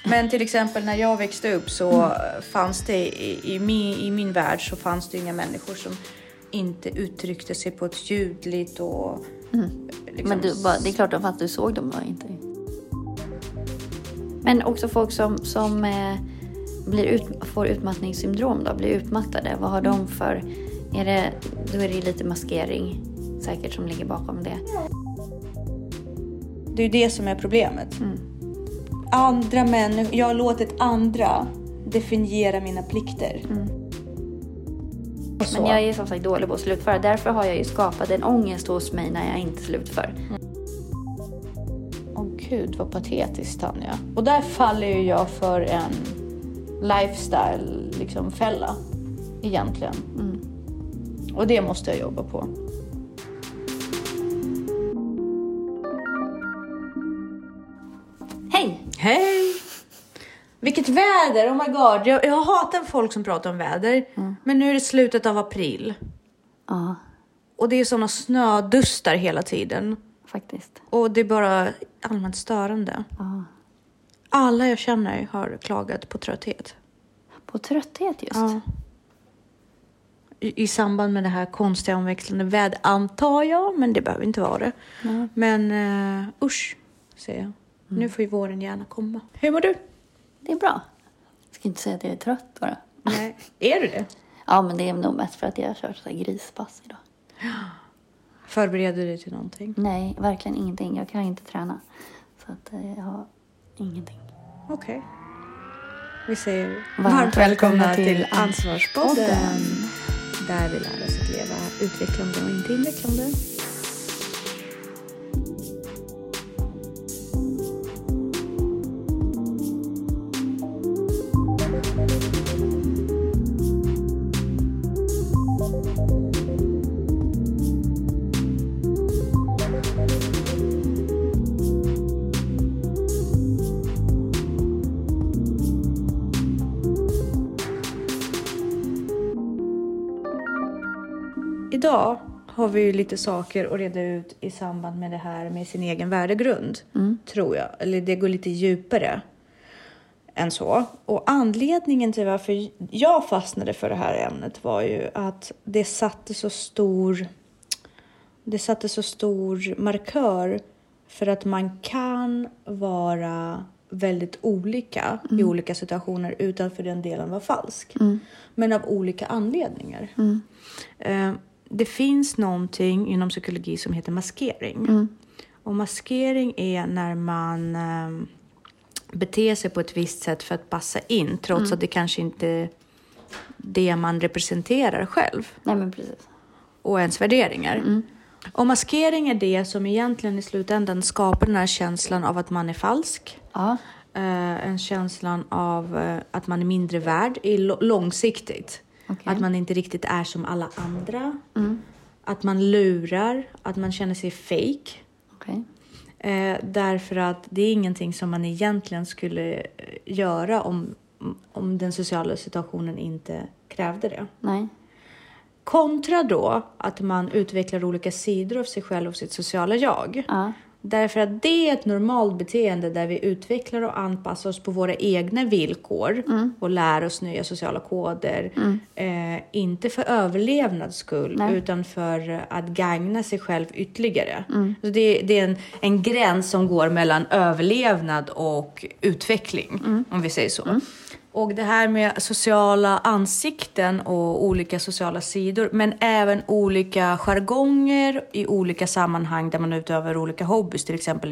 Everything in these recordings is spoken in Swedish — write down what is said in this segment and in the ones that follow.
Men till exempel när jag växte upp så fanns det i min värld så fanns det inga människor som inte uttryckte sig på ett ljudligt och... Liksom... Men det är klart att du såg dem då inte. Men också folk som får utmattningssyndrom då, blir utmattade. Vad har de för... Då är det lite maskering säkert som ligger bakom det. Det är ju det som är problemet. Andra människor, jag har låtit andra definiera mina plikter. Men jag är som sagt dålig på att slutföra. Därför har jag ju skapat en ångest hos mig när jag inte slutför. Åh gud, vad patetiskt, Tanja. Och där faller ju jag för en lifestyle liksom fälla egentligen. Och det måste jag jobba på. Hej! Vilket väder, oh my god. Jag hatar folk som pratar om väder. Men nu är det slutet av april. Ja. Och det är såna snödustar hela tiden. Faktiskt. Och det är bara allmänt störande. Ja. Alla jag känner har klagat på trötthet. På trötthet just? Ja. I samband med det här konstiga omväxlande väder antar jag. Men det behöver inte vara det. Nej. Men usch, säger jag. Nu får ju våren gärna komma. Hur mår du? Det är bra. Jag ska inte säga att jag är trött bara. Nej, är du det? Ja, men det är nog mest för att jag har kört så här grispass idag. Förbereder du dig till någonting? Nej, verkligen ingenting. Jag kan inte träna. Så att jag har ingenting. Okej. Vi säger Varmt välkomna till Ansvarspodden. Där vi lär oss att leva utvecklande och inte invecklande. Idag har vi ju lite saker att reda ut i samband med det här med sin egen värdegrund, tror jag. Eller det går lite djupare än så. Och anledningen till varför jag fastnade för det här ämnet var ju att det satte så stor markör för att man kan vara väldigt olika i olika situationer utan för den delen var falsk. Men av olika anledningar. Det finns någonting inom psykologi som heter maskering. Och maskering är när man beter sig på ett visst sätt för att passa in. Trots att det kanske inte är det man representerar själv. Nej, men precis. Och ens värderingar. Och maskering är det som egentligen i slutändan skapar den här känslan av att man är falsk. Ja. En känslan av att man är mindre värd långsiktigt. Okay. Att man inte riktigt är som alla andra. Att man lurar. Att man känner sig fake. Okay. Därför att det är ingenting som man egentligen skulle göra om den sociala situationen inte krävde det. Nej. Kontra då att man utvecklar olika sidor av sig själv och sitt sociala jag. Ja. Därför att det är ett normalt beteende där vi utvecklar och anpassar oss på våra egna villkor. Och lär oss nya sociala koder. Inte för överlevnads skull. Nej. Utan för att gagna sig själv ytterligare. Så det är en gräns som går mellan överlevnad och utveckling. Om vi säger så. Och det här med sociala ansikten och olika sociala sidor. Men även olika jargonger i olika sammanhang där man utövar olika hobbys. Till exempel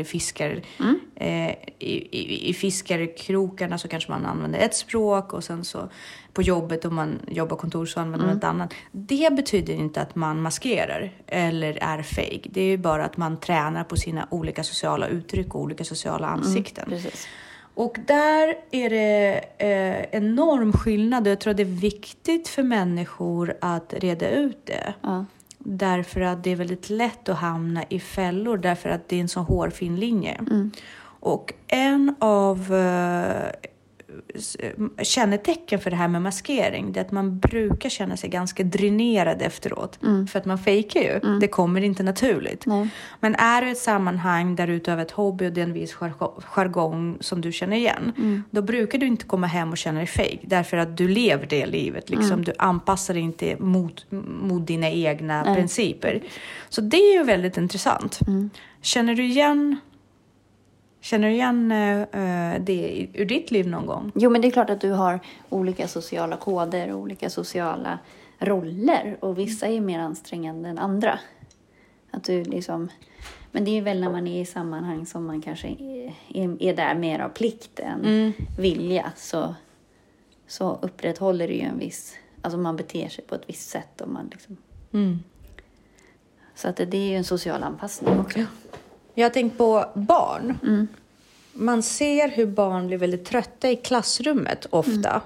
i fiskarkrokarna så kanske man använder ett språk. Och sen så på jobbet om man jobbar kontor så använder man ett annat. Det betyder inte att man maskerar eller är fake. Det är bara att man tränar på sina olika sociala uttryck och olika sociala ansikten. Precis. Och där är det enorm skillnad. Jag tror att det är viktigt för människor att reda ut det. Ja. Därför att det är väldigt lätt att hamna i fällor. Därför att det är en så hårfin linje. Och en av kännetecken för det här med maskering. Det är att man brukar känna sig ganska dränerad efteråt. För att man fejkar ju. Det kommer inte naturligt. Nej. Men är du i ett sammanhang där du utövar ett hobby och det är en viss jargong som du känner igen. Då brukar du inte komma hem och känna dig fake. Därför att du lever det livet. Liksom. Du anpassar dig inte mot dina egna principer. Så det är ju väldigt intressant. Känner du igen det ur ditt liv någon gång? Jo, men det är klart att du har olika sociala koder och olika sociala roller. Och vissa är mer ansträngande än andra. Att du liksom... Men det är väl när man är i sammanhang som man kanske är där mer av plikt än vilja. Så upprätthåller det ju en viss... Alltså man beter sig på ett visst sätt. Och man liksom... Så att det är ju en social anpassning också. Jag har tänkt på barn. Man ser hur barn blir väldigt trötta i klassrummet ofta.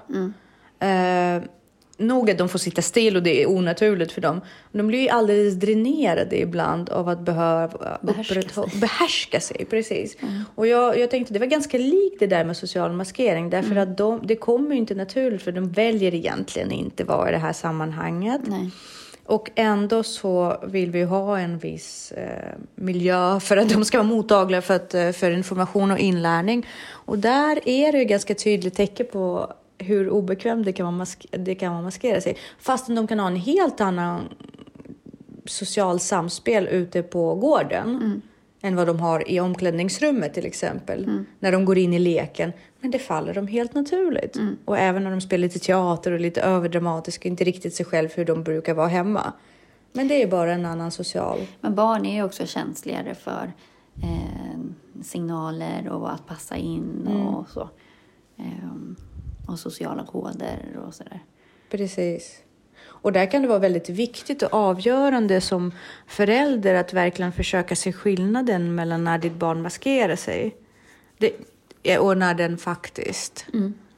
Nog att de får sitta still och det är onaturligt för dem. De blir ju alldeles dränerade ibland av att behöva behärska sig. Precis. Och jag tänkte det var ganska likt det där med social maskering. Därför att det kommer ju inte naturligt för de väljer egentligen inte vara i det här sammanhanget. Nej. Och ändå så vill vi ha en viss miljö för att de ska vara mottagliga för information och inlärning. Och där är det ju ganska tydligt tecken på hur obekvämt det kan vara maskera sig. Fastän de kan ha en helt annan social samspel ute på gården. Än vad de har i omklädningsrummet till exempel. När de går in i leken. Men det faller dem helt naturligt. Och även när de spelar lite teater och lite överdramatiska. Inte riktigt sig själv hur de brukar vara hemma. Men det är bara en annan social. Men barn är ju också känsligare för signaler och att passa in och så. Och sociala koder och sådär. Precis. Och där kan det vara väldigt viktigt och avgörande som förälder att verkligen försöka se skillnaden mellan när ditt barn maskerar sig och när den faktiskt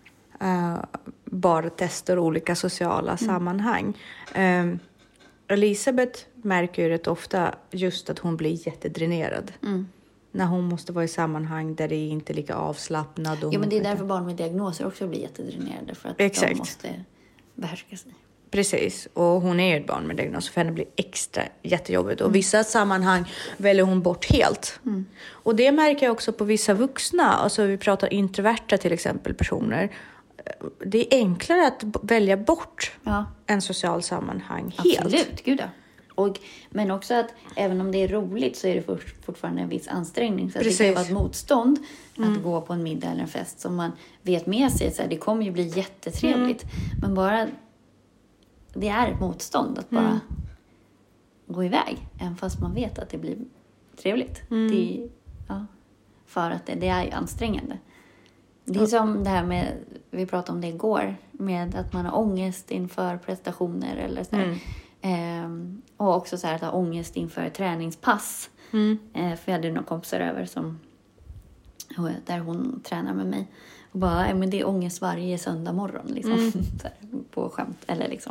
bara testar olika sociala sammanhang. Elisabeth märker ju rätt ofta just att hon blir jättedränerad. När hon måste vara i sammanhang där det inte är lika avslappnad. Jo, men det är därför barn med diagnoser också blir jättedränerade. För att de måste behärska sig. Precis, och hon är ju ett barn med diagnos. För henne blir extra jättejobbigt. Och vissa sammanhang väljer hon bort helt. Och det märker jag också på vissa vuxna. Alltså vi pratar introverta till exempel personer. Det är enklare att välja bort en social sammanhang helt. Absolut, gud ja. Men också att även om det är roligt så är det fortfarande en viss ansträngning. Så att det kan vara ett motstånd att gå på en middag eller en fest som man vet med sig. Så här, det kommer ju bli jättetrevligt. Men bara det är ett motstånd att bara gå iväg. Även fast man vet att det blir trevligt. För att det är ju ansträngande. Det är som det här med, vi pratade om det igår. Med att man har ångest inför prestationer eller så här. Och också så här att ha ångest inför träningspass. För jag hade några kompisar över där hon tränar med mig. Och bara, men det är ångest varje söndag morgon liksom. Så här, på skämt eller liksom,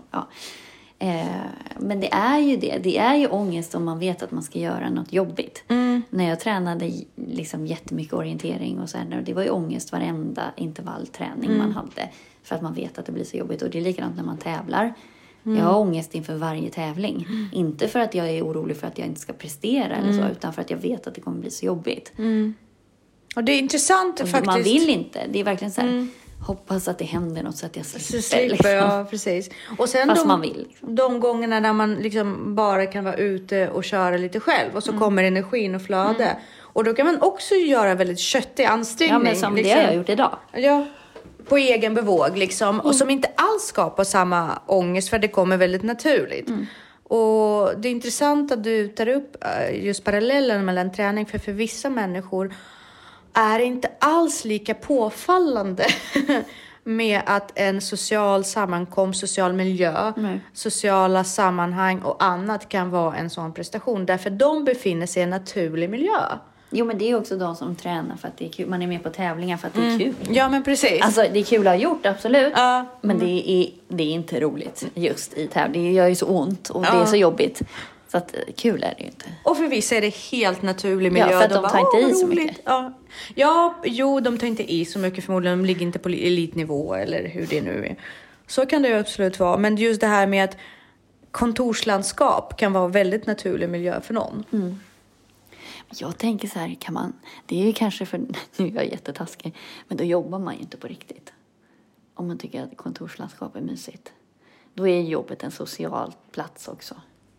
men det är ju det är ju ångest om man vet att man ska göra något jobbigt. När jag tränade liksom jättemycket orientering och så här, det var ju ångest varenda intervallträning man hade. För att man vet att det blir så jobbigt. Och det är likadant när man tävlar. Jag har ångest inför varje tävling. Inte för att jag är orolig för att jag inte ska prestera eller så. Utan för att jag vet att det kommer bli så jobbigt. Och det är intressant faktiskt. Man vill inte. Det är verkligen så här. Hoppas att det händer något så att jag slipper. Liksom. Ja, precis. Och sen fast man vill. Liksom. De gångerna när man liksom bara kan vara ute och köra lite själv. Och så kommer energin och flöde. Och då kan man också göra väldigt köttig ansträngning. Ja, men som liksom. Det jag har gjort idag. Ja. På egen bevåg liksom. Och som inte alls skapar samma ångest. För det kommer väldigt naturligt. Och det är intressant att du tar upp just parallellen mellan träning. För vissa människor är inte alls lika påfallande med att en social sammankomst, social miljö, sociala sammanhang och annat kan vara en sån prestation. Därför de befinner sig i en naturlig miljö. Jo, men det är också de som tränar för att det är kul. Man är med på tävlingar för att det är kul. Ja, men precis. Alltså, det är kul att ha gjort, absolut. Men det är inte roligt just i tävling. Det gör ju så ont och det är så jobbigt. Så att kul är det ju inte. Och för vissa är det helt naturlig miljö. Ja, för att de tar inte i så mycket. Jo, de tar inte i så mycket förmodligen. De ligger inte på elitnivå eller hur det nu är. Så kan det ju absolut vara. Men just det här med att kontorslandskap kan vara väldigt naturlig miljö för någon. Mm. Jag tänker så här, det är ju kanske för, nu är jag jättetaskig, men då jobbar man ju inte på riktigt. Om man tycker att kontorslandskap är mysigt. Då är jobbet en social plats också.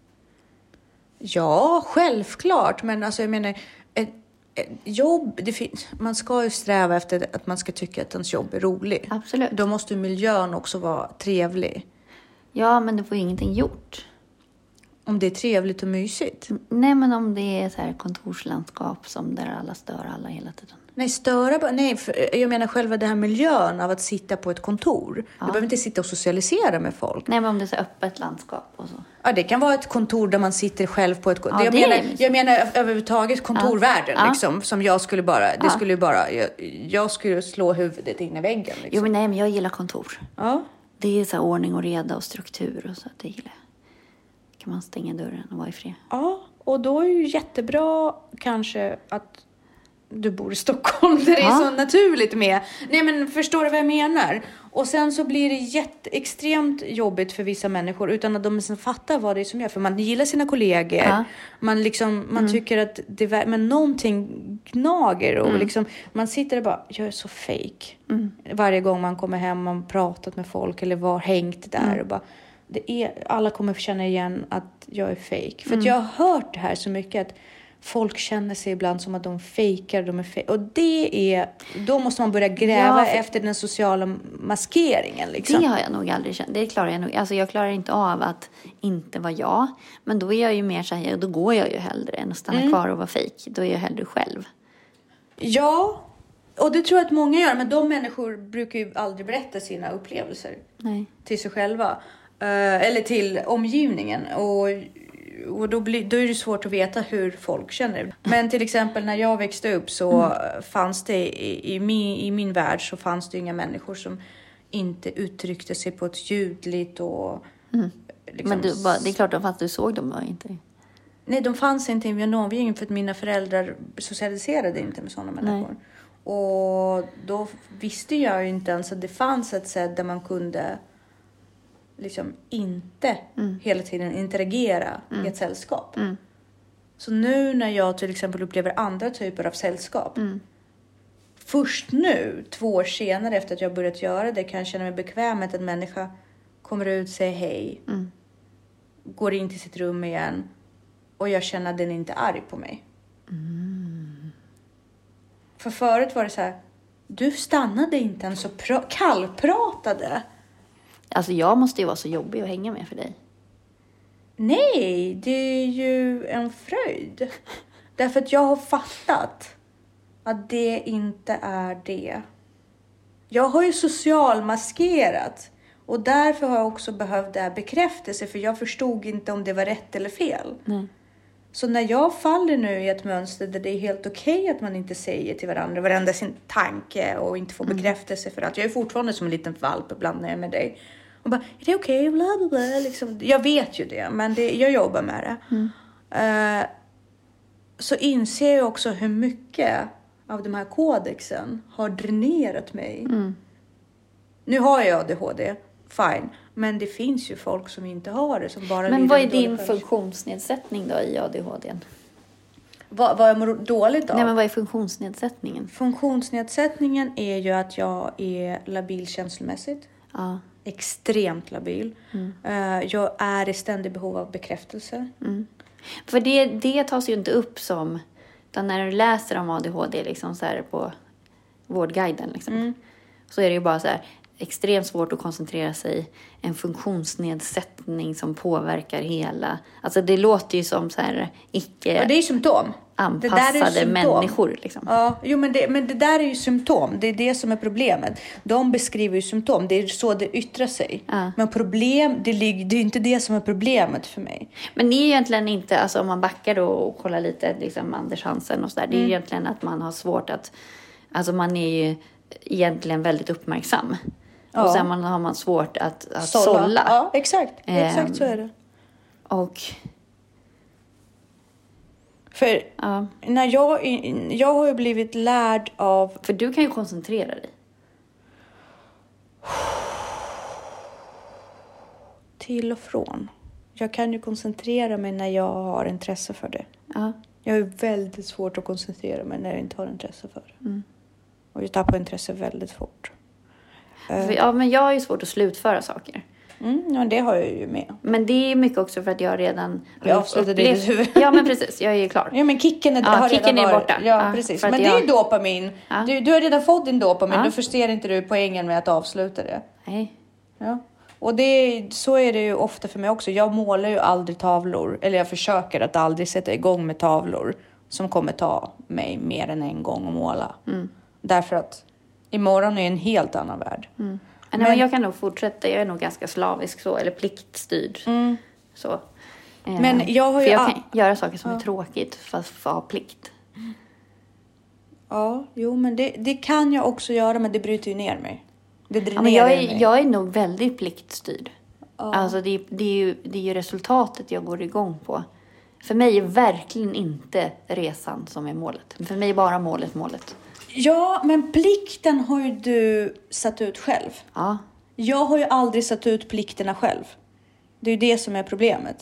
Ja, självklart. Men alltså jag menar, ett jobb, man ska ju sträva efter att man ska tycka att ens jobb är roligt. Absolut. Då måste miljön också vara trevlig. Ja, men du får ju ingenting gjort. Om det är trevligt och mysigt. Nej, men om det är så här kontorslandskap som där alla stör alla hela tiden. Nej, jag menar själva den här miljön av att sitta på ett kontor. Du behöver inte sitta och socialisera med folk. Nej, men om det är så öppet landskap och så. Ja, det kan vara ett kontor där man sitter själv på ett kontor. Jag menar överhuvudtaget kontorvärlden liksom. Som jag skulle jag skulle slå huvudet in i väggen. Liksom. Jo, men jag gillar kontor. Ja. Det är så här ordning och reda och struktur och så. Det gillar jag. Kan man stänga dörren och vara i fred. Ja, och då är det ju jättebra kanske att du bor i Stockholm där det är så naturligt med. Nej, men förstår du vad jag menar? Och sen så blir det extremt jobbigt för vissa människor utan att de fattar vad det är som gör. För man gillar sina kollegor. Ja. Man tycker att men någonting gnager och liksom, man sitter och bara, jag är så fake. Varje gång man kommer hem, man pratat med folk eller hängt där och bara, alla kommer känna igen att jag är fake. För att jag har hört det här så mycket att folk känner sig ibland som att de fejkar, de är fake. Och då måste man börja gräva efter den sociala maskeringen. Liksom. Det har jag nog aldrig känt. Det klarar jag nog. Alltså jag klarar inte av att inte vara jag. Men då är jag ju mer så här, då går jag ju hellre än att stanna kvar och vara fake. Då är jag hellre själv. Ja, och det tror jag att många gör. Men de människor brukar ju aldrig berätta sina upplevelser till sig själva. Eller till omgivningen. Och då är det svårt att veta hur folk känner. Men till exempel när jag växte upp så fanns det i min värld så fanns det inga människor som inte uttryckte sig på ett ljudligt och... Liksom, men det är klart de fanns, du såg dem var inte. Nej, de fanns inte i min omgivning för att mina föräldrar socialiserade inte med sådana människor. Och då visste jag ju inte ens att det fanns ett sätt där man kunde... liksom inte hela tiden interagera i ett sällskap. Så nu när jag till exempel upplever andra typer av sällskap. Först nu, 2 år senare efter att jag börjat göra det, kan jag känna mig bekväm med att en människa kommer ut och säger hej. Går in till sitt rum igen. Och jag känner att den inte är arg på mig. För förut var det så här, du stannade inte ens och kallpratade. Alltså jag måste ju vara så jobbig att hänga med för dig. Nej, det är ju en fröjd. Därför att jag har fattat att det inte är det. Jag har ju socialmaskerat. Och därför har jag också behövt det här bekräftelse. För jag förstod inte om det var rätt eller fel. Så när jag faller nu i ett mönster där det är helt okej att man inte säger till varandra sin tanke och inte får bekräftelse för att jag är fortfarande som en liten valp ibland när jag är med dig. Och bara, är det okej? Bla, bla, bla. Liksom, jag vet ju det, men jag jobbar med det. Så inser jag också hur mycket av de här kodexen har dränerat mig. Nu har jag ADHD, fine. Men det finns ju folk som inte har det. Som bara men vad är din funktionsnedsättning då i ADHD? Vad jag mår dåligt av? Nej, men vad är funktionsnedsättningen? Funktionsnedsättningen är ju att jag är labil känslomässigt. Ja. Extremt labil. Jag är i ständig behov av bekräftelse. För det tas ju inte upp som... När du läser om ADHD liksom så här på Vårdguiden liksom, så är det ju bara så här extremt svårt att koncentrera sig, en funktionsnedsättning som påverkar hela, alltså det låter ju som så här icke det är symptom. Anpassade människor liksom. Ja, men det där är ju symptom. Det är det som är problemet. De beskriver ju symptom. Det är så det yttrar sig. Men problem, det är inte det som är problemet för mig. Men det är egentligen inte, alltså om man backar då och kollar lite liksom Anders Hansen och så där, det är egentligen att man har svårt att, alltså man är ju egentligen väldigt uppmärksam. Och sen har man svårt att sålla. Ja, exakt så är det. För när jag har ju blivit lärd av... För du kan ju koncentrera dig. Till och från. Jag kan ju koncentrera mig när jag har intresse för det. Ja. Jag har väldigt svårt att koncentrera mig när jag inte har intresse för det. Och jag tappar intresse väldigt fort. Ja, men jag har ju svårt att slutföra saker. Ja, det har jag ju med. Men det är mycket också för att jag redan... Jag avslutade det i ditt huvud. Ja, men precis. Jag är ju klar. Ja, men kicken har kicken redan är varit borta. Ja, precis. Men det är ju dopamin. Ja. Du har redan fått din dopamin. Då förstår inte du poängen med att avsluta det. Nej. Ja. Och så är det ju ofta för mig också. Jag målar ju aldrig tavlor. Eller jag försöker att aldrig sätta igång med tavlor. Som kommer ta mig mer än en gång att måla. Därför att imorgon är en helt annan värld. Men jag kan nog fortsätta. Jag är nog ganska slavisk så. Eller pliktstyrd. Så. Men jag har ju... För jag kan göra saker som är tråkigt. Fast för att ha plikt. Ja, jo men det kan jag också göra. Men det bryter ju ner mig. Det dränerar men jag är nog väldigt pliktstyrd. Alltså det är ju resultatet jag går igång på. För mig är verkligen inte resan som är målet. För mig är bara målet. Ja, men plikten har ju du satt ut själv. Ja. Jag har ju aldrig satt ut plikterna själv. Det är ju det som är problemet.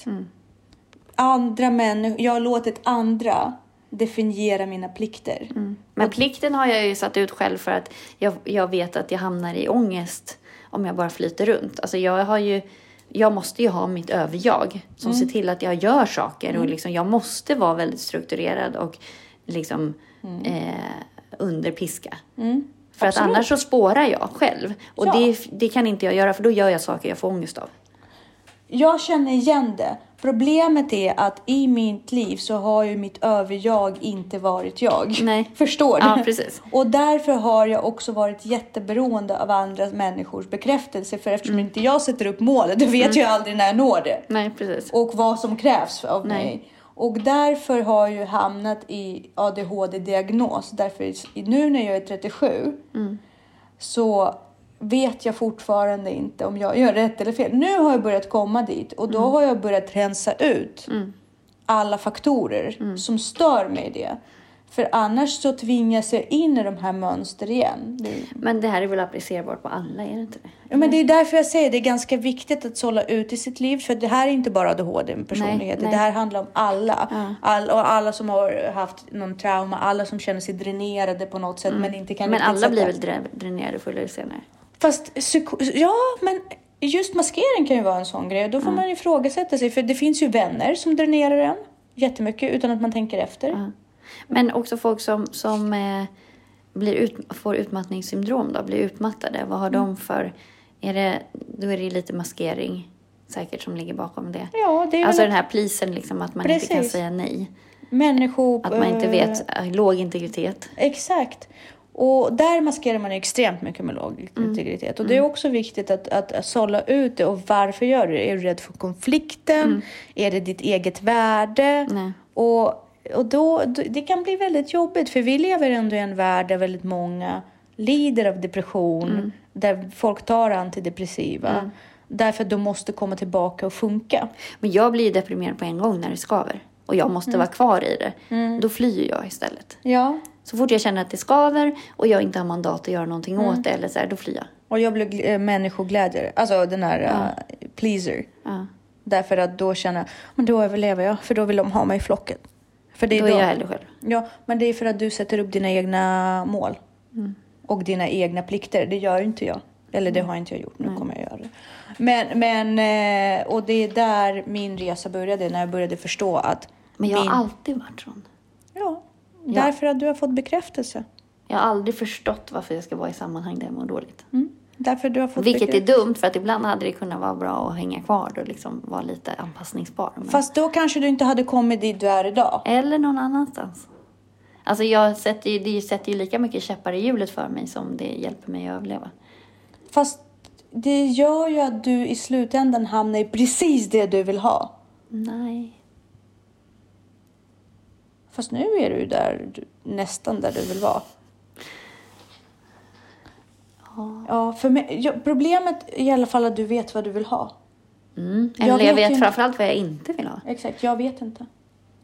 Jag har låtit andra definiera mina plikter. Men plikten har jag ju satt ut själv för att jag vet att jag hamnar i ångest om jag bara flyter runt. Alltså jag måste ju ha mitt överjag som ser till att jag gör saker. Och liksom, jag måste vara väldigt strukturerad och liksom under piska. För att annars så spårar jag själv. Och det kan inte jag göra, för då gör jag saker jag får ångest av. Jag känner igen det. Problemet är att i mitt liv så har ju mitt överjag inte varit jag. Nej. Förstår du? Ja, precis. Och därför har jag också varit jätteberoende av andra människors bekräftelse. För eftersom inte jag sätter upp målet, då vet jag aldrig när jag når det. Nej, precis. Och vad som krävs av mig. Och därför har jag hamnat i ADHD-diagnos. Därför nu när jag är 37 så vet jag fortfarande inte om jag gör rätt eller fel. Nu har jag börjat komma dit. Och då har jag börjat rensa ut alla faktorer som stör mig i det. För annars så tvingas jag in i de här mönster igen. Men det här är väl applicerbart på alla, är det inte det? Ja, men det är därför jag säger det är ganska viktigt att sålla ut i sitt liv. För det här är inte bara ADHD med personlighet. Nej. Det här handlar om alla. Alla som har haft någon trauma. Alla som känner sig dränerade på något sätt. Men inte kan. Men alla blir väl dränerade förr eller senare? Fast, men just maskering kan ju vara en sån grej. Då får man ifrågasätta sig. För det finns ju vänner som dränerar en jättemycket utan att man tänker efter. Men också folk som får utmattningssyndrom då, blir utmattade. Vad har de för... Då är det lite maskering säkert som ligger bakom det. Ja, det är alltså den här plisen liksom, att man inte kan säga nej. Att man inte vet, låg integritet. Exakt. Och där maskerar man extremt mycket med låg integritet. Och det är också viktigt att sålla ut det. Och varför gör du det? Är du rädd för konflikten? Är det ditt eget värde? Nej. Och då, det kan bli väldigt jobbigt. För vi lever ändå i en värld där väldigt många lider av depression. Där folk tar antidepressiva. Därför att de måste komma tillbaka och funka. Men jag blir deprimerad på en gång när det skaver. Och jag måste vara kvar i det. Då flyr jag istället. Ja. Så fort jag känner att det skaver och jag inte har mandat att göra någonting åt det. Eller så här, då flyr jag. Och jag blir människoglädjare. Alltså den här pleaser. Därför att då känner jag, men då överlever jag. För då vill de ha mig i flocken. För det är då är jag hellre själv. Ja, men det är för att du sätter upp dina egna mål. Och dina egna plikter. Det gör inte jag. Eller det har inte jag gjort. Nu kommer jag göra det. Men och det är där min resa började. När jag började förstå att... Men jag har alltid varit sån. Ja, därför att du har fått bekräftelse. Jag har aldrig förstått varför jag ska vara i sammanhang där jag mår dåligt. Därför du har fått Vilket är dumt, för att ibland hade det kunnat vara bra att hänga kvar och liksom vara lite anpassningsbar. Men... Fast då kanske du inte hade kommit dit du är idag. Eller någon annanstans. Alltså det sätter ju lika mycket käppar i hjulet för mig som det hjälper mig att överleva. Fast det gör ju att du i slutändan hamnar i precis det du vill ha. Nej. Fast nu är du där, nästan där du vill vara. Ja, för mig, problemet är i alla fall att du vet vad du vill ha. Eller jag vet framförallt vad jag inte vill ha. Exakt, jag vet inte.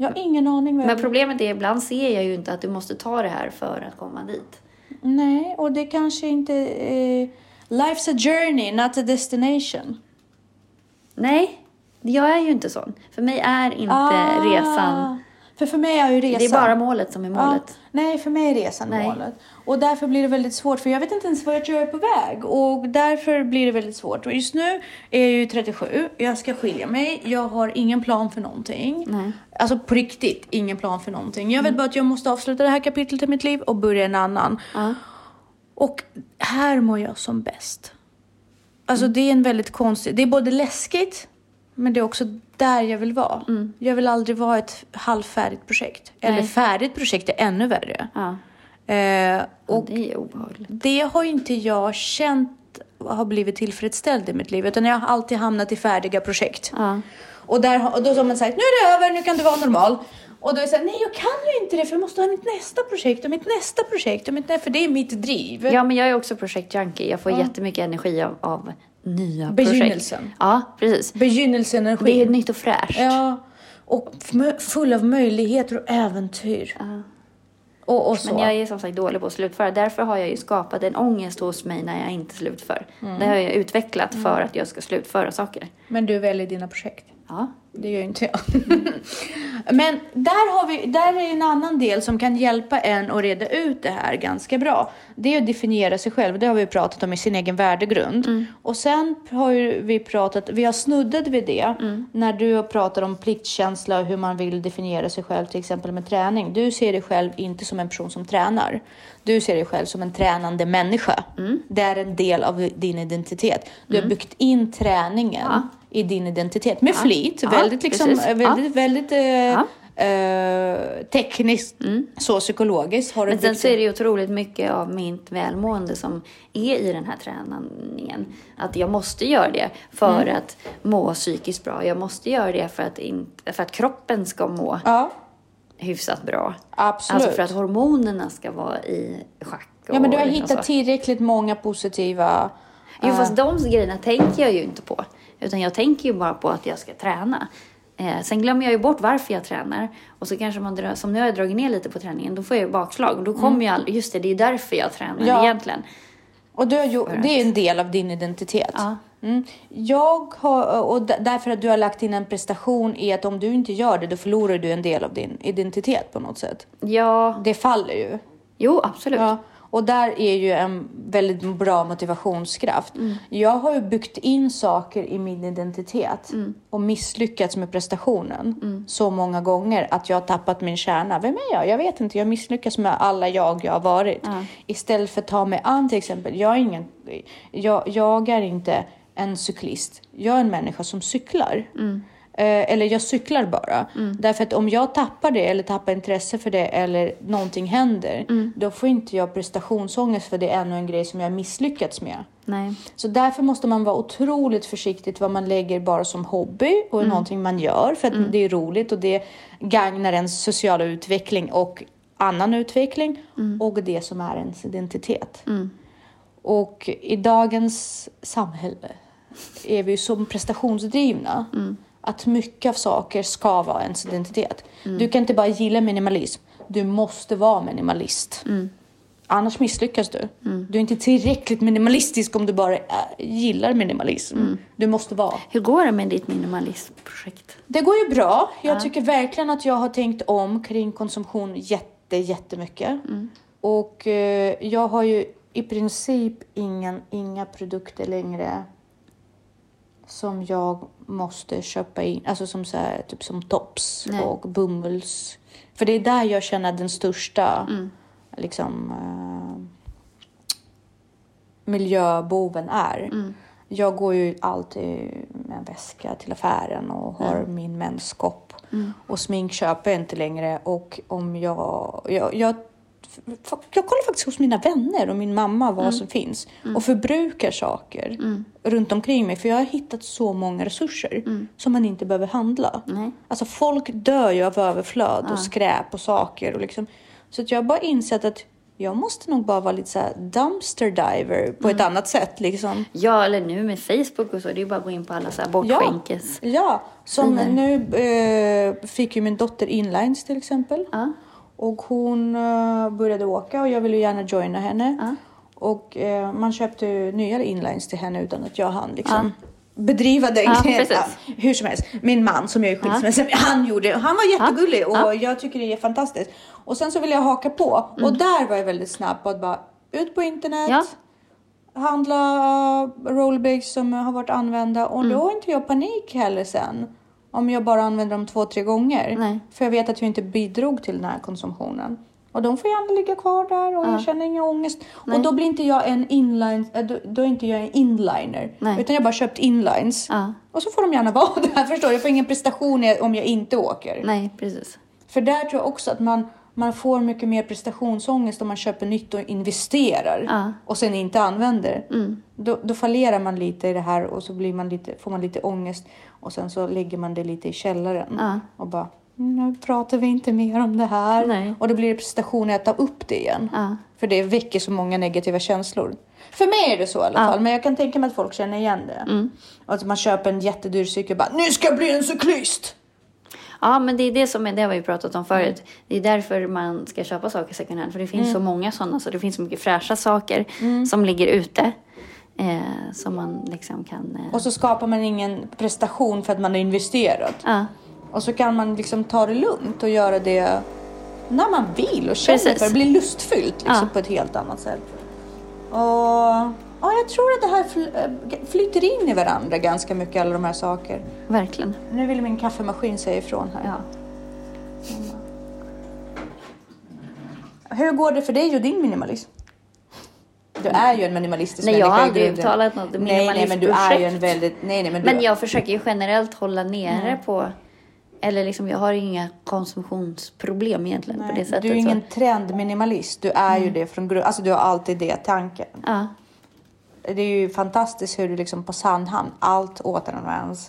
Jag har ingen aning. Men problemet är, ibland ser jag ju inte att du måste ta det här för att komma dit. Nej, och det kanske inte... life's a journey, not a destination. Nej, jag är ju inte sån. För mig är inte resan... För mig är ju resan... Det är bara målet som är målet. Ja, nej, för mig är resan målet. Och därför blir det väldigt svårt. För jag vet inte ens vart jag är på väg. Och därför blir det väldigt svårt. Och just nu är jag ju 37. Jag ska skilja mig. Jag har ingen plan för någonting. Nej. Alltså på riktigt, ingen plan för någonting. Jag vet bara att jag måste avsluta det här kapitlet i mitt liv och börja en annan. Och här mår jag som bäst. Alltså det är en väldigt konstig... Det är både läskigt, men det är också där jag vill vara. Jag vill aldrig vara ett halvfärdigt projekt. Nej. Eller färdigt projekt är ännu värre. Ja. Och det är obehagligt. det har inte jag känt har blivit tillfredsställd i mitt liv. Utan jag har alltid hamnat i färdiga projekt. Ja. Och då har man sagt, nu är det över, nu kan du vara normal. Och då är det så här, nej jag kan ju inte det, för jag måste ha mitt nästa projekt och mitt nästa projekt. För det är mitt driv. Ja, men jag är också projektjunkie. Jag får jättemycket energi av nya Begynnelsen. projekt. Ja, precis. Begynnelsenergi. Det är nytt och fräscht. Ja, och full av möjligheter och äventyr. Ja. Och så. Men jag är som sagt dålig på att slutföra. Därför har jag ju skapat en ångest hos mig när jag inte slutför. Det har jag utvecklat för att jag ska slutföra saker. Men du väljer dina projekt. Ja. Det gör inte jag. Men där är en annan del som kan hjälpa en att reda ut det här ganska bra. Det är att definiera sig själv. Det har vi pratat om i sin egen värdegrund. Och sen har vi har snuddat vid det. När du har pratat om pliktkänsla och hur man vill definiera sig själv, till exempel med träning. Du ser dig själv inte som en person som tränar. Du ser dig själv som en tränande människa. Det är en del av din identitet. Du har byggt in träningen i din identitet med flit. Väldigt liksom, väldigt tekniskt, så psykologiskt. Men sen så är det ju otroligt mycket av mitt välmående som är i den här träningen. Att jag måste göra det för att må psykiskt bra. Jag måste göra det för att kroppen ska må hyfsat bra. Absolut. Alltså för att hormonerna ska vara i schack. Ja, men du har liksom hittat tillräckligt många positiva... Jo, fast de grejerna tänker jag ju inte på. Utan jag tänker ju bara på att jag ska träna. Sen glömmer jag ju bort varför jag tränar. Och så kanske som nu har jag dragit ner lite på träningen. Då får jag ju bakslag. Och då kommer jag aldrig... Just det är därför jag tränar egentligen. Och det är en del av din identitet. Ja. Därför att du har lagt in en prestation i att om du inte gör det, då förlorar du en del av din identitet på något sätt. Ja. Det faller ju. Jo, absolut. Ja. Och där är ju en väldigt bra motivationskraft. Jag har ju byggt in saker i min identitet. Och misslyckats med prestationen. Så många gånger att jag har tappat min kärna. Vem är jag? Jag vet inte. Jag misslyckas med alla jag har varit. Istället för att ta mig an till exempel. Jag är inte en cyklist. Jag är en människa som cyklar. Eller jag cyklar bara. Därför att om jag tappar det eller tappar intresse för det eller någonting händer, då får inte jag prestationsångest för det är ännu en grej som jag har misslyckats med. Nej. Så därför måste man vara otroligt försiktig vad man lägger bara som hobby och någonting man gör för att det är roligt och det gagnar ens sociala utveckling och annan utveckling och det som är ens identitet. Och i dagens samhälle är vi ju som prestationsdrivna. Att mycket av saker ska vara ens identitet. Du kan inte bara gilla minimalism. Du måste vara minimalist. Annars misslyckas du. Du är inte tillräckligt minimalistisk om du bara gillar minimalism. Du måste vara. Hur går det med ditt minimalismprojekt? Det går ju bra. Jag tycker verkligen att jag har tänkt om kring konsumtion jättemycket. Och jag har ju i princip inga produkter längre som jag måste köpa in, alltså som så här, typ som tops och bummells. För det är där jag känner den största liksom miljöboven är. Jag går ju alltid med en väska till affären och har min menskopp och smink köper jag inte längre. Och om jag kollar faktiskt hos mina vänner och min mamma vad som finns. Och förbrukar saker runt omkring mig. För jag har hittat så många resurser som man inte behöver handla. Alltså folk dör ju av överflöd och skräp och saker. Och liksom. Så att jag har bara insett att jag måste nog bara vara lite så här dumpster diver på ett annat sätt liksom. Ja, eller nu med Facebook och så. Det är ju bara att gå in på alla så här bortskänkes. Ja, som nu fick ju min dotter inlines till exempel. Ja. Och hon började åka och jag ville gärna joina henne. Ja. Och man köpte nya inlines till henne utan att jag hann liksom bedriva den hur som helst. Min man som jag är skilsmässa med, han var jättegullig och jag tycker det är fantastiskt. Och sen så ville jag haka på och där var jag väldigt snabb på att bara ut på internet, handla rollerblades som har varit använda och då har inte jag panik heller sen. Om jag bara använder dem 2-3 gånger. Nej. För jag vet att jag inte bidrog till den här konsumtionen. Och de får gärna ligga kvar där och jag känner ingen ångest. Nej. Och då blir inte jag en då är inte jag en inliner. Nej. Utan jag bara köpt inlines. Och så får de gärna vara där, förstår du? Jag får ingen prestation om jag inte åker. Nej, precis. För där tror jag också att man får mycket mer prestationsångest om man köper nytt och investerar. Och sen inte använder. Då fallerar man lite i det här och så får man lite ångest. Och sen så lägger man det lite i källaren. Och bara, nu pratar vi inte mer om det här. Nej. Och då blir det prestationen att ta upp det igen. För det väcker så många negativa känslor. För mig är det så i alla fall. Men jag kan tänka mig att folk känner igen det. Och att man köper en jättedyr cykel och bara, nu ska jag bli en cyklist. Ja, men det är det som det har vi pratat om förut. Det är därför man ska köpa saker second hand. För det finns så många sådana. Så det finns så mycket fräscha saker som ligger ute. Som man liksom kan... Och så skapar man ingen prestation för att man har investerat. Och så kan man liksom ta det lugnt och göra det när man vill och känner för det blir lustfyllt liksom på ett helt annat sätt. Och jag tror att det här flyter in i varandra ganska mycket, alla de här saker. Verkligen. Nu vill min kaffemaskin säga ifrån här. Ja. Hur går det för dig och din minimalism? Du är ju en minimalistisk människa. Nej, jag har aldrig uttalat något minimalistiskt nej, men du är ju en väldigt... Men jag försöker ju generellt hålla nere på... Eller liksom, jag har inga konsumtionsproblem egentligen på det sättet. Du är ingen trendminimalist. Du är ju det från grund. Alltså du har alltid det tanken. Ja. Det är ju fantastiskt hur du liksom på Sandhamn, allt återanvänds.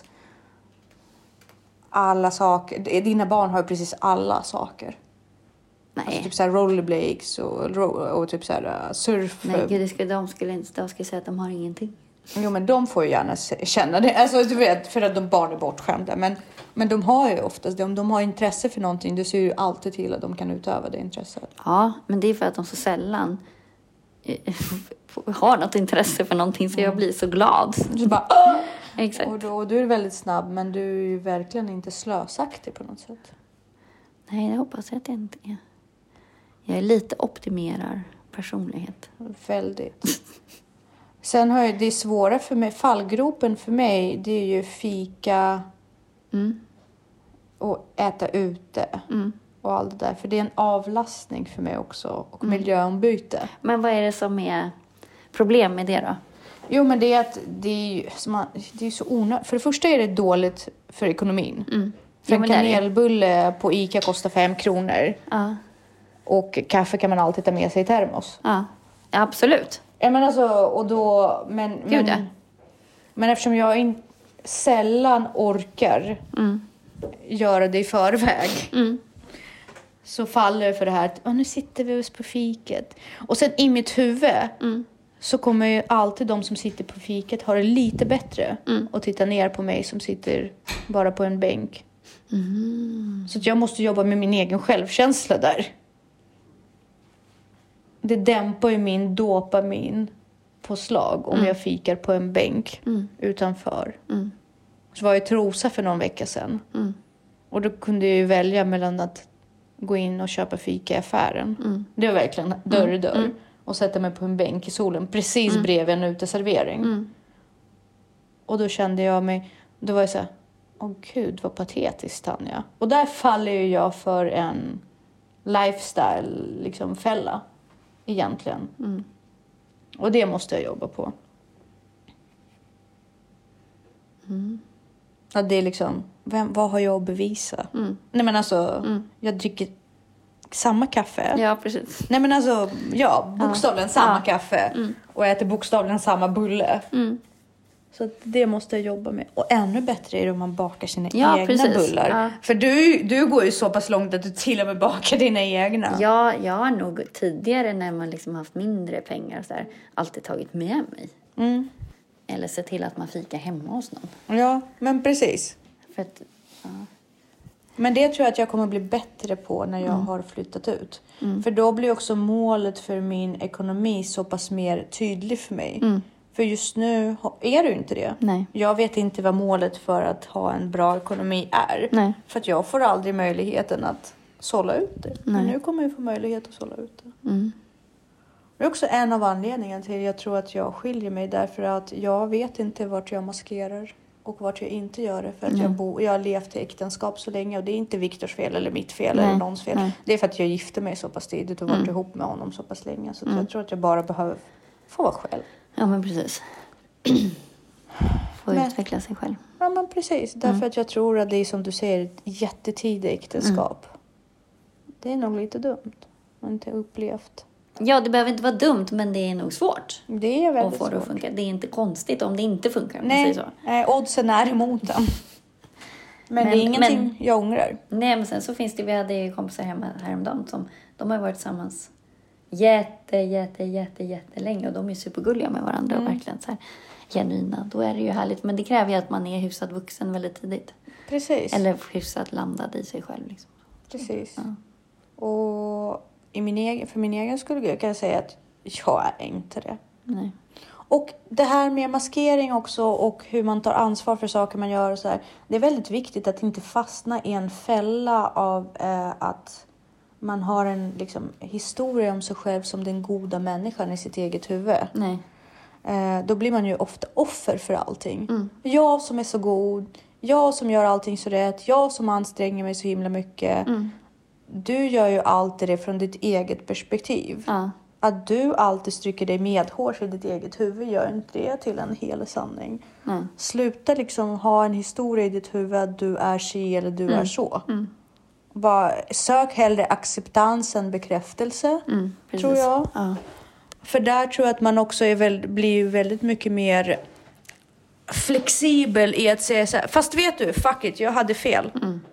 Alla saker. Dina barn har ju precis alla saker. Nej. Alltså typ så här rollerblades och typ så här surf. Nej, gud, de skulle säga att de har ingenting. Jo, men de får ju gärna känna det. Alltså du vet, för att de barn är bortskämda. Men de har ju oftast, de har intresse för någonting. Du ser ju alltid till att de kan utöva det intresset. Ja, men det är för att de så sällan har något intresse för någonting. Så jag blir så glad. Så bara, exakt. Och du är väldigt snabb, men du är ju verkligen inte slösaktig på något sätt. Nej, det hoppas jag att jag inte är. Jag är lite optimerar personlighet. Väldigt. Sen har jag det svåra för mig, fallgropen för mig, det är ju fika och äta ute och allt det där. För det är en avlastning för mig också och miljöombyte. Men vad är det som är problem med det då? Jo, men det är att det är så onödigt. För det första är det dåligt för ekonomin. För en kanelbulle på Ica kostar 5 kronor. Och kaffe kan man alltid ta med sig i termos. Ja, absolut. Ja, men alltså, och då... Men eftersom jag sällan orkar göra det i förväg så faller det för det här att nu sitter vi på fiket. Och sen i mitt huvud så kommer ju alltid de som sitter på fiket ha det lite bättre och titta ner på mig som sitter bara på en bänk. Så att jag måste jobba med min egen självkänsla där. Det dämpar ju min dopamin på slag om jag fikar på en bänk utanför. Så var jag i Trosa för någon vecka sedan. Och då kunde jag ju välja mellan att gå in och köpa fika i affären. Det var verkligen dörr i dörr. Och sätta mig på en bänk i solen precis bredvid en uteservering. Och då kände jag mig, då var jag så här, åh gud vad patetiskt, Tanja. Och där faller ju jag för en lifestyle liksom fälla. Egentligen. Och det måste jag jobba på. Ja, det är liksom, vad har jag att bevisa? Nej, men alltså, jag dricker samma kaffe. Ja, precis. Nej, men alltså, bokstavligen samma kaffe. Och äter bokstavligen samma bulle. Så att det måste jag jobba med. Och ännu bättre är det om man bakar sina egna precis. bullar. Ja. För du går ju så pass långt att du till och med bakar dina egna. Ja, jag har nog tidigare när man liksom haft mindre pengar så här, alltid tagit med mig. Eller se till att man fikar hemma hos någon. Ja, men precis. För att, Men det tror jag att jag kommer bli bättre på när jag har flyttat ut. För då blir också målet för min ekonomi så pass mer tydlig för mig. För just nu är det ju inte det. Nej. Jag vet inte vad målet för att ha en bra ekonomi är. Nej. För att jag får aldrig möjligheten att sålla ut det. Men nu kommer jag få möjlighet att sålla ut det. Det är också en av anledningarna till jag tror att jag skiljer mig. Därför att jag vet inte vart jag maskerar. Och vart jag inte gör det. För att jag har levt i äktenskap så länge. Och det är inte Viktors fel eller mitt fel eller någons fel. Nej. Det är för att jag gifte mig så pass tidigt. Och varit ihop med honom så pass länge. Så jag tror att jag bara behöver få vara själv. Ja, men precis. Få utveckla sig själv. Ja, men precis. Därför att jag tror att det är som du säger. Ett jättetidigt äktenskap. Det är nog lite dumt. Man inte upplevt. Ja, det behöver inte vara dumt, men det är nog svårt. Det är väldigt svårt. Att få det att funka. Det är inte konstigt om det inte funkar. Om Nej, man säger så. Oddsen är emot den. Men det är ingenting jag ångrar. Nej, men sen så finns det, vi hade ju kompisar hemma häromdagen som, de har varit tillsammans jättelänge och de är supergulliga med varandra och verkligen så här genuina. Då är det ju härligt, men det kräver ju att man är hyfsat vuxen väldigt tidigt. Precis. Eller hyfsat landad i sig själv liksom. Precis. Ja. Och för min egen skull kan jag säga att jag är inte det. Nej. Och det här med maskering också och hur man tar ansvar för saker man gör och så här. Det är väldigt viktigt att inte fastna i en fälla av att man har en liksom, historia om sig själv som den goda människan i sitt eget huvud. Nej. Då blir man ju ofta offer för allting. Jag som är så god, jag som gör allting så rätt, jag som anstränger mig så himla mycket. Du gör ju alltid det från ditt eget perspektiv. Ja. Att du alltid stryker dig medhårs i ditt eget huvud gör inte det till en hel sanning. Sluta liksom ha en historia i ditt huvud att du är si eller du är så. Bara sök hellre acceptans än bekräftelse, tror jag. Ja. För där tror jag att man också blir väldigt mycket mer flexibel i att säga så här. Fast vet du, fuck it, jag hade fel.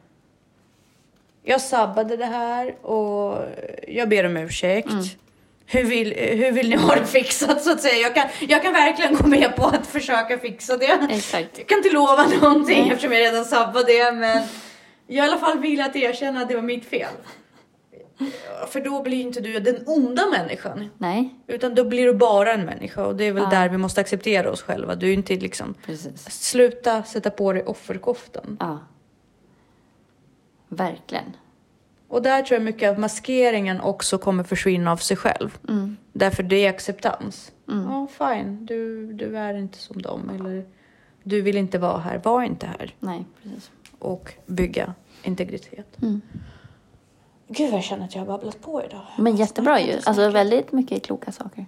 Jag sabbade det här och jag ber om ursäkt. Hur vill ni ha det fixat så att säga? Jag kan verkligen gå med på att försöka fixa det. Exakt. Jag kan inte lova någonting eftersom jag redan sabbade det. Men jag i alla fall vill att erkänna att det var mitt fel. För då blir inte du den onda människan. Nej. Utan då blir du bara en människa. Och det är väl där vi måste acceptera oss själva. Du är inte liksom... Precis. Sluta sätta på dig offerkoftan. Ja. Verkligen. Och där tror jag mycket av maskeringen också kommer försvinna av sig själv. Därför det är acceptans. Ja, fine. Du är inte som dem. Eller du vill inte vara här. Var inte här. Nej, precis. Och bygga integritet. Gud, jag känner att jag har babblat på idag. Men jättebra ju. Alltså väldigt mycket kloka saker.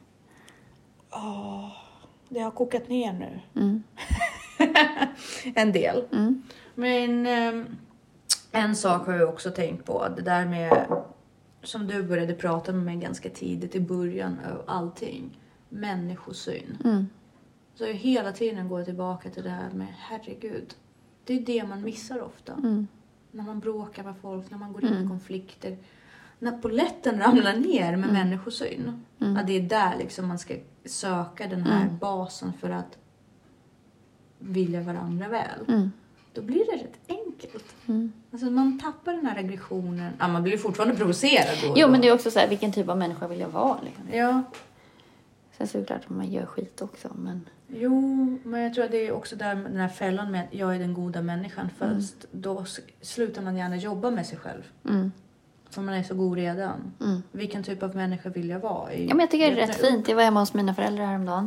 Det har kokat ner nu. En del. Men en sak har jag också tänkt på. Det där med, som du började prata med mig ganska tidigt i början av allting. Människosyn. Så jag hela tiden går tillbaka till det här med, herregud. Det är det man missar ofta. När man bråkar med folk, när man går in i konflikter. När polletten ramlar ner med människosyn. Att det är där liksom man ska söka den här basen för att vilja varandra väl. Då blir det rätt enkelt. Alltså man tappar den här aggressionen. Ja, man blir fortfarande provocerad då. Jo, men det är också så här, vilken typ av människa vill jag vara? Liksom. Ja. Sen så är det klart att man gör skit också, men... Jo, men jag tror att det är också där den här fällan med att jag är den goda människan först. Då slutar man gärna jobba med sig själv. För man är så god redan. Vilken typ av människa vill jag vara? Ja, men jag tycker det är rätt fint. Jag var hemma hos mina föräldrar häromdagen.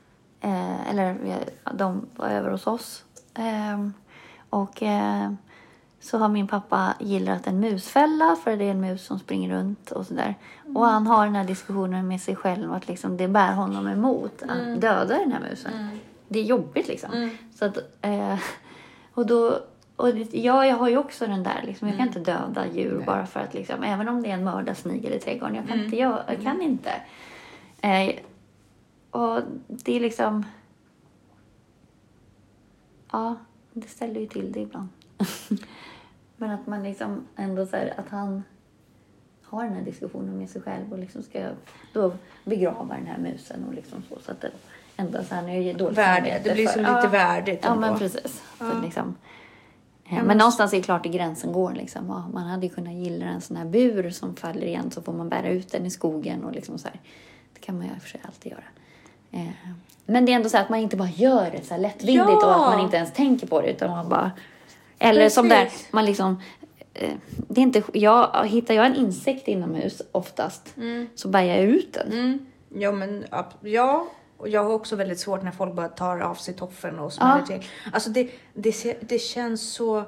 De var över hos oss. Så har min pappa gillrat en musfälla. För det är en mus som springer runt och sådär. Och han har den här diskussionen med sig själv. Att liksom det bär honom emot att döda den här musen. Det är jobbigt liksom. Så att, jag har ju också den där. Liksom, jag kan inte döda djur bara för att liksom, även om det är en mördarsnigel i trädgården. Jag kan inte. Jag kan inte. Och det är liksom... Ja, det ställer ju till det ibland. Men att man liksom ändå så här, att han har den här diskussionen med sig själv och liksom ska då begrava den här musen och liksom så att det ändå så här nu är det dåligt värdigt. Det blir så lite värdigt. Ja, men precis. Ja. Så liksom, men någonstans är det klart att gränsen går liksom. Ja, man hade ju kunnat gilla en sån här bur som faller igen, så får man bära ut den i skogen och liksom så här. Det kan man ju för sig alltid göra. Men det är ändå så att man inte bara gör det så här lättvindigt och att man inte ens tänker på det, utan man bara... Eller precis. Som där, man liksom... Det är inte, hittar jag en insekt inomhus oftast, så bär jag ut den. Ja, men och jag har också väldigt svårt när folk bara tar av sig toffen och smäller till. Alltså det känns så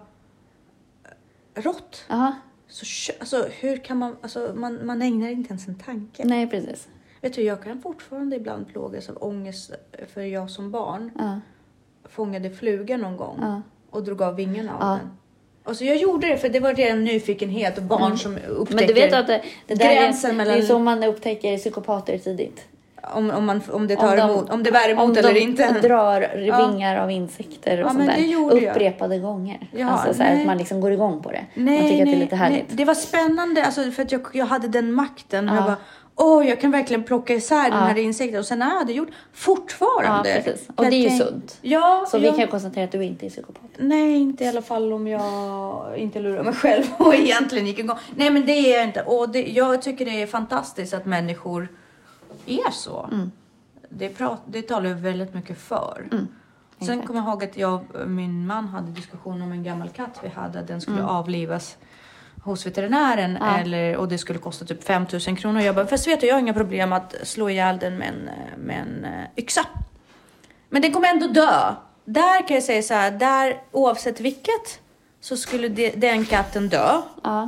rått. Så, alltså hur kan man, alltså man ägnar inte ens en tanke. Nej, precis. Vet du, jag kan fortfarande ibland plågas av ångest, för jag som barn fångade fluga någon gång och drog av vingarna av den. Och så jag gjorde det för det var redan nyfikenhet och barn som upptäcker. Men du vet att det där gränsen mellan... det är så man upptäcker psykopater tidigt. Om det tar emot, om det bär emot eller inte. Om de drar vingar av insekter och sånt där upprepade gånger. Ja, alltså så här att man liksom går igång på det. Man tycker att det är lite härligt. Det var spännande, alltså, för att jag hade den makten. Och jag bara, jag kan verkligen plocka isär den här insekten. Och sen när jag hade gjort fortfarande. Ja, precis. Och det är ju sunt. Ja, så vi kan konstatera att du inte är psykopat. Nej, inte i alla fall om jag inte lurar mig själv och egentligen gick igång. Nej, men det är jag inte. Och jag tycker det är fantastiskt att människor är så. Det talar ju väldigt mycket för. Sen kommer jag ihåg att jag och min man hade diskussion om en gammal katt vi hade. Att den skulle avlivas hos veterinären. Och det skulle kosta typ 5 000 kronor. Jag bara, fast vet du, jag har inga problem att slå ihjäl den med en yxa. Men den kommer ändå dö. Där kan jag säga så här. Där, oavsett vilket, så skulle den katten dö. Ja,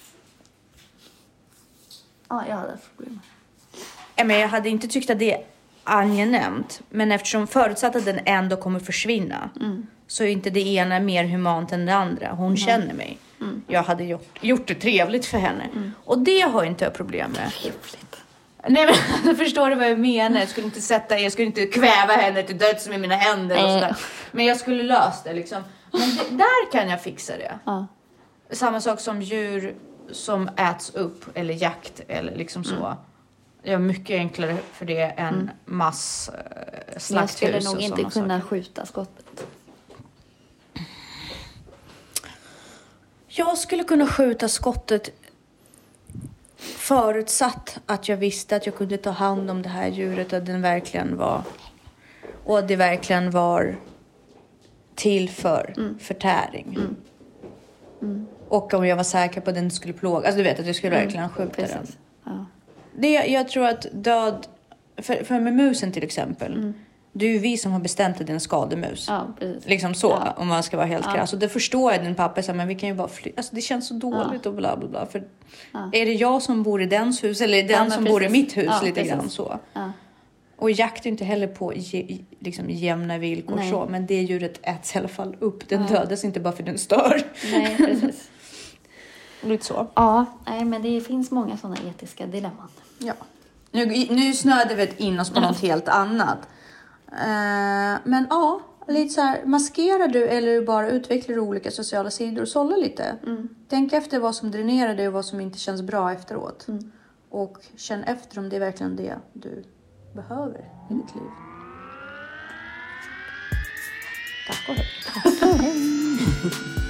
jag hade problem. Men jag hade inte tyckt att det är angenämt. Men eftersom förutsatt att den ändå kommer försvinna. Så är inte det ena mer humant än det andra. Hon känner mig. Jag hade gjort det trevligt för henne. Och det har inte jag problem med. Trevligt. Nej, men förstår du vad jag menar? Jag skulle inte kväva henne till döds med mina händer och sådär. Men jag skulle lösa det liksom. Men där kan jag fixa det. Samma sak som djur som äts upp eller jakt eller liksom så. Jag är mycket enklare för det än slakthus. Jag skulle nog inte kunna skjuta skottet. Jag skulle kunna skjuta skottet förutsatt att jag visste att jag kunde ta hand om det här djuret. Att den verkligen var... Och det verkligen var till för förtäring. Och om jag var säker på att den skulle plåga. Alltså du vet att jag skulle verkligen skjuta den. Ja. Jag tror att död... För med musen till exempel. Det är ju vi som har bestämt att det är en skademus. Ja, precis. Liksom så, om man ska vara helt krass. Och det förstår jag din pappa sa, men vi kan ju bara alltså det känns så dåligt och bla bla bla. För är det jag som bor i dens hus eller är det den som bor i mitt hus lite grann så. Och jakt är inte heller på liksom jämna villkor så. Men det djuret äts i alla fall upp. Den dödas inte bara för den stör. Nej, precis. Lite så. Ja, nej, men det finns många sådana etiska dilemman. Ja. Nu snöade vi in oss på något helt annat. Men lite så här, maskerar du eller bara utvecklar du olika sociala sidor och sålla lite. Tänk efter vad som dränerar dig och vad som inte känns bra efteråt. Och känn efter om det är verkligen det du behöver i ditt liv. Tack och hej.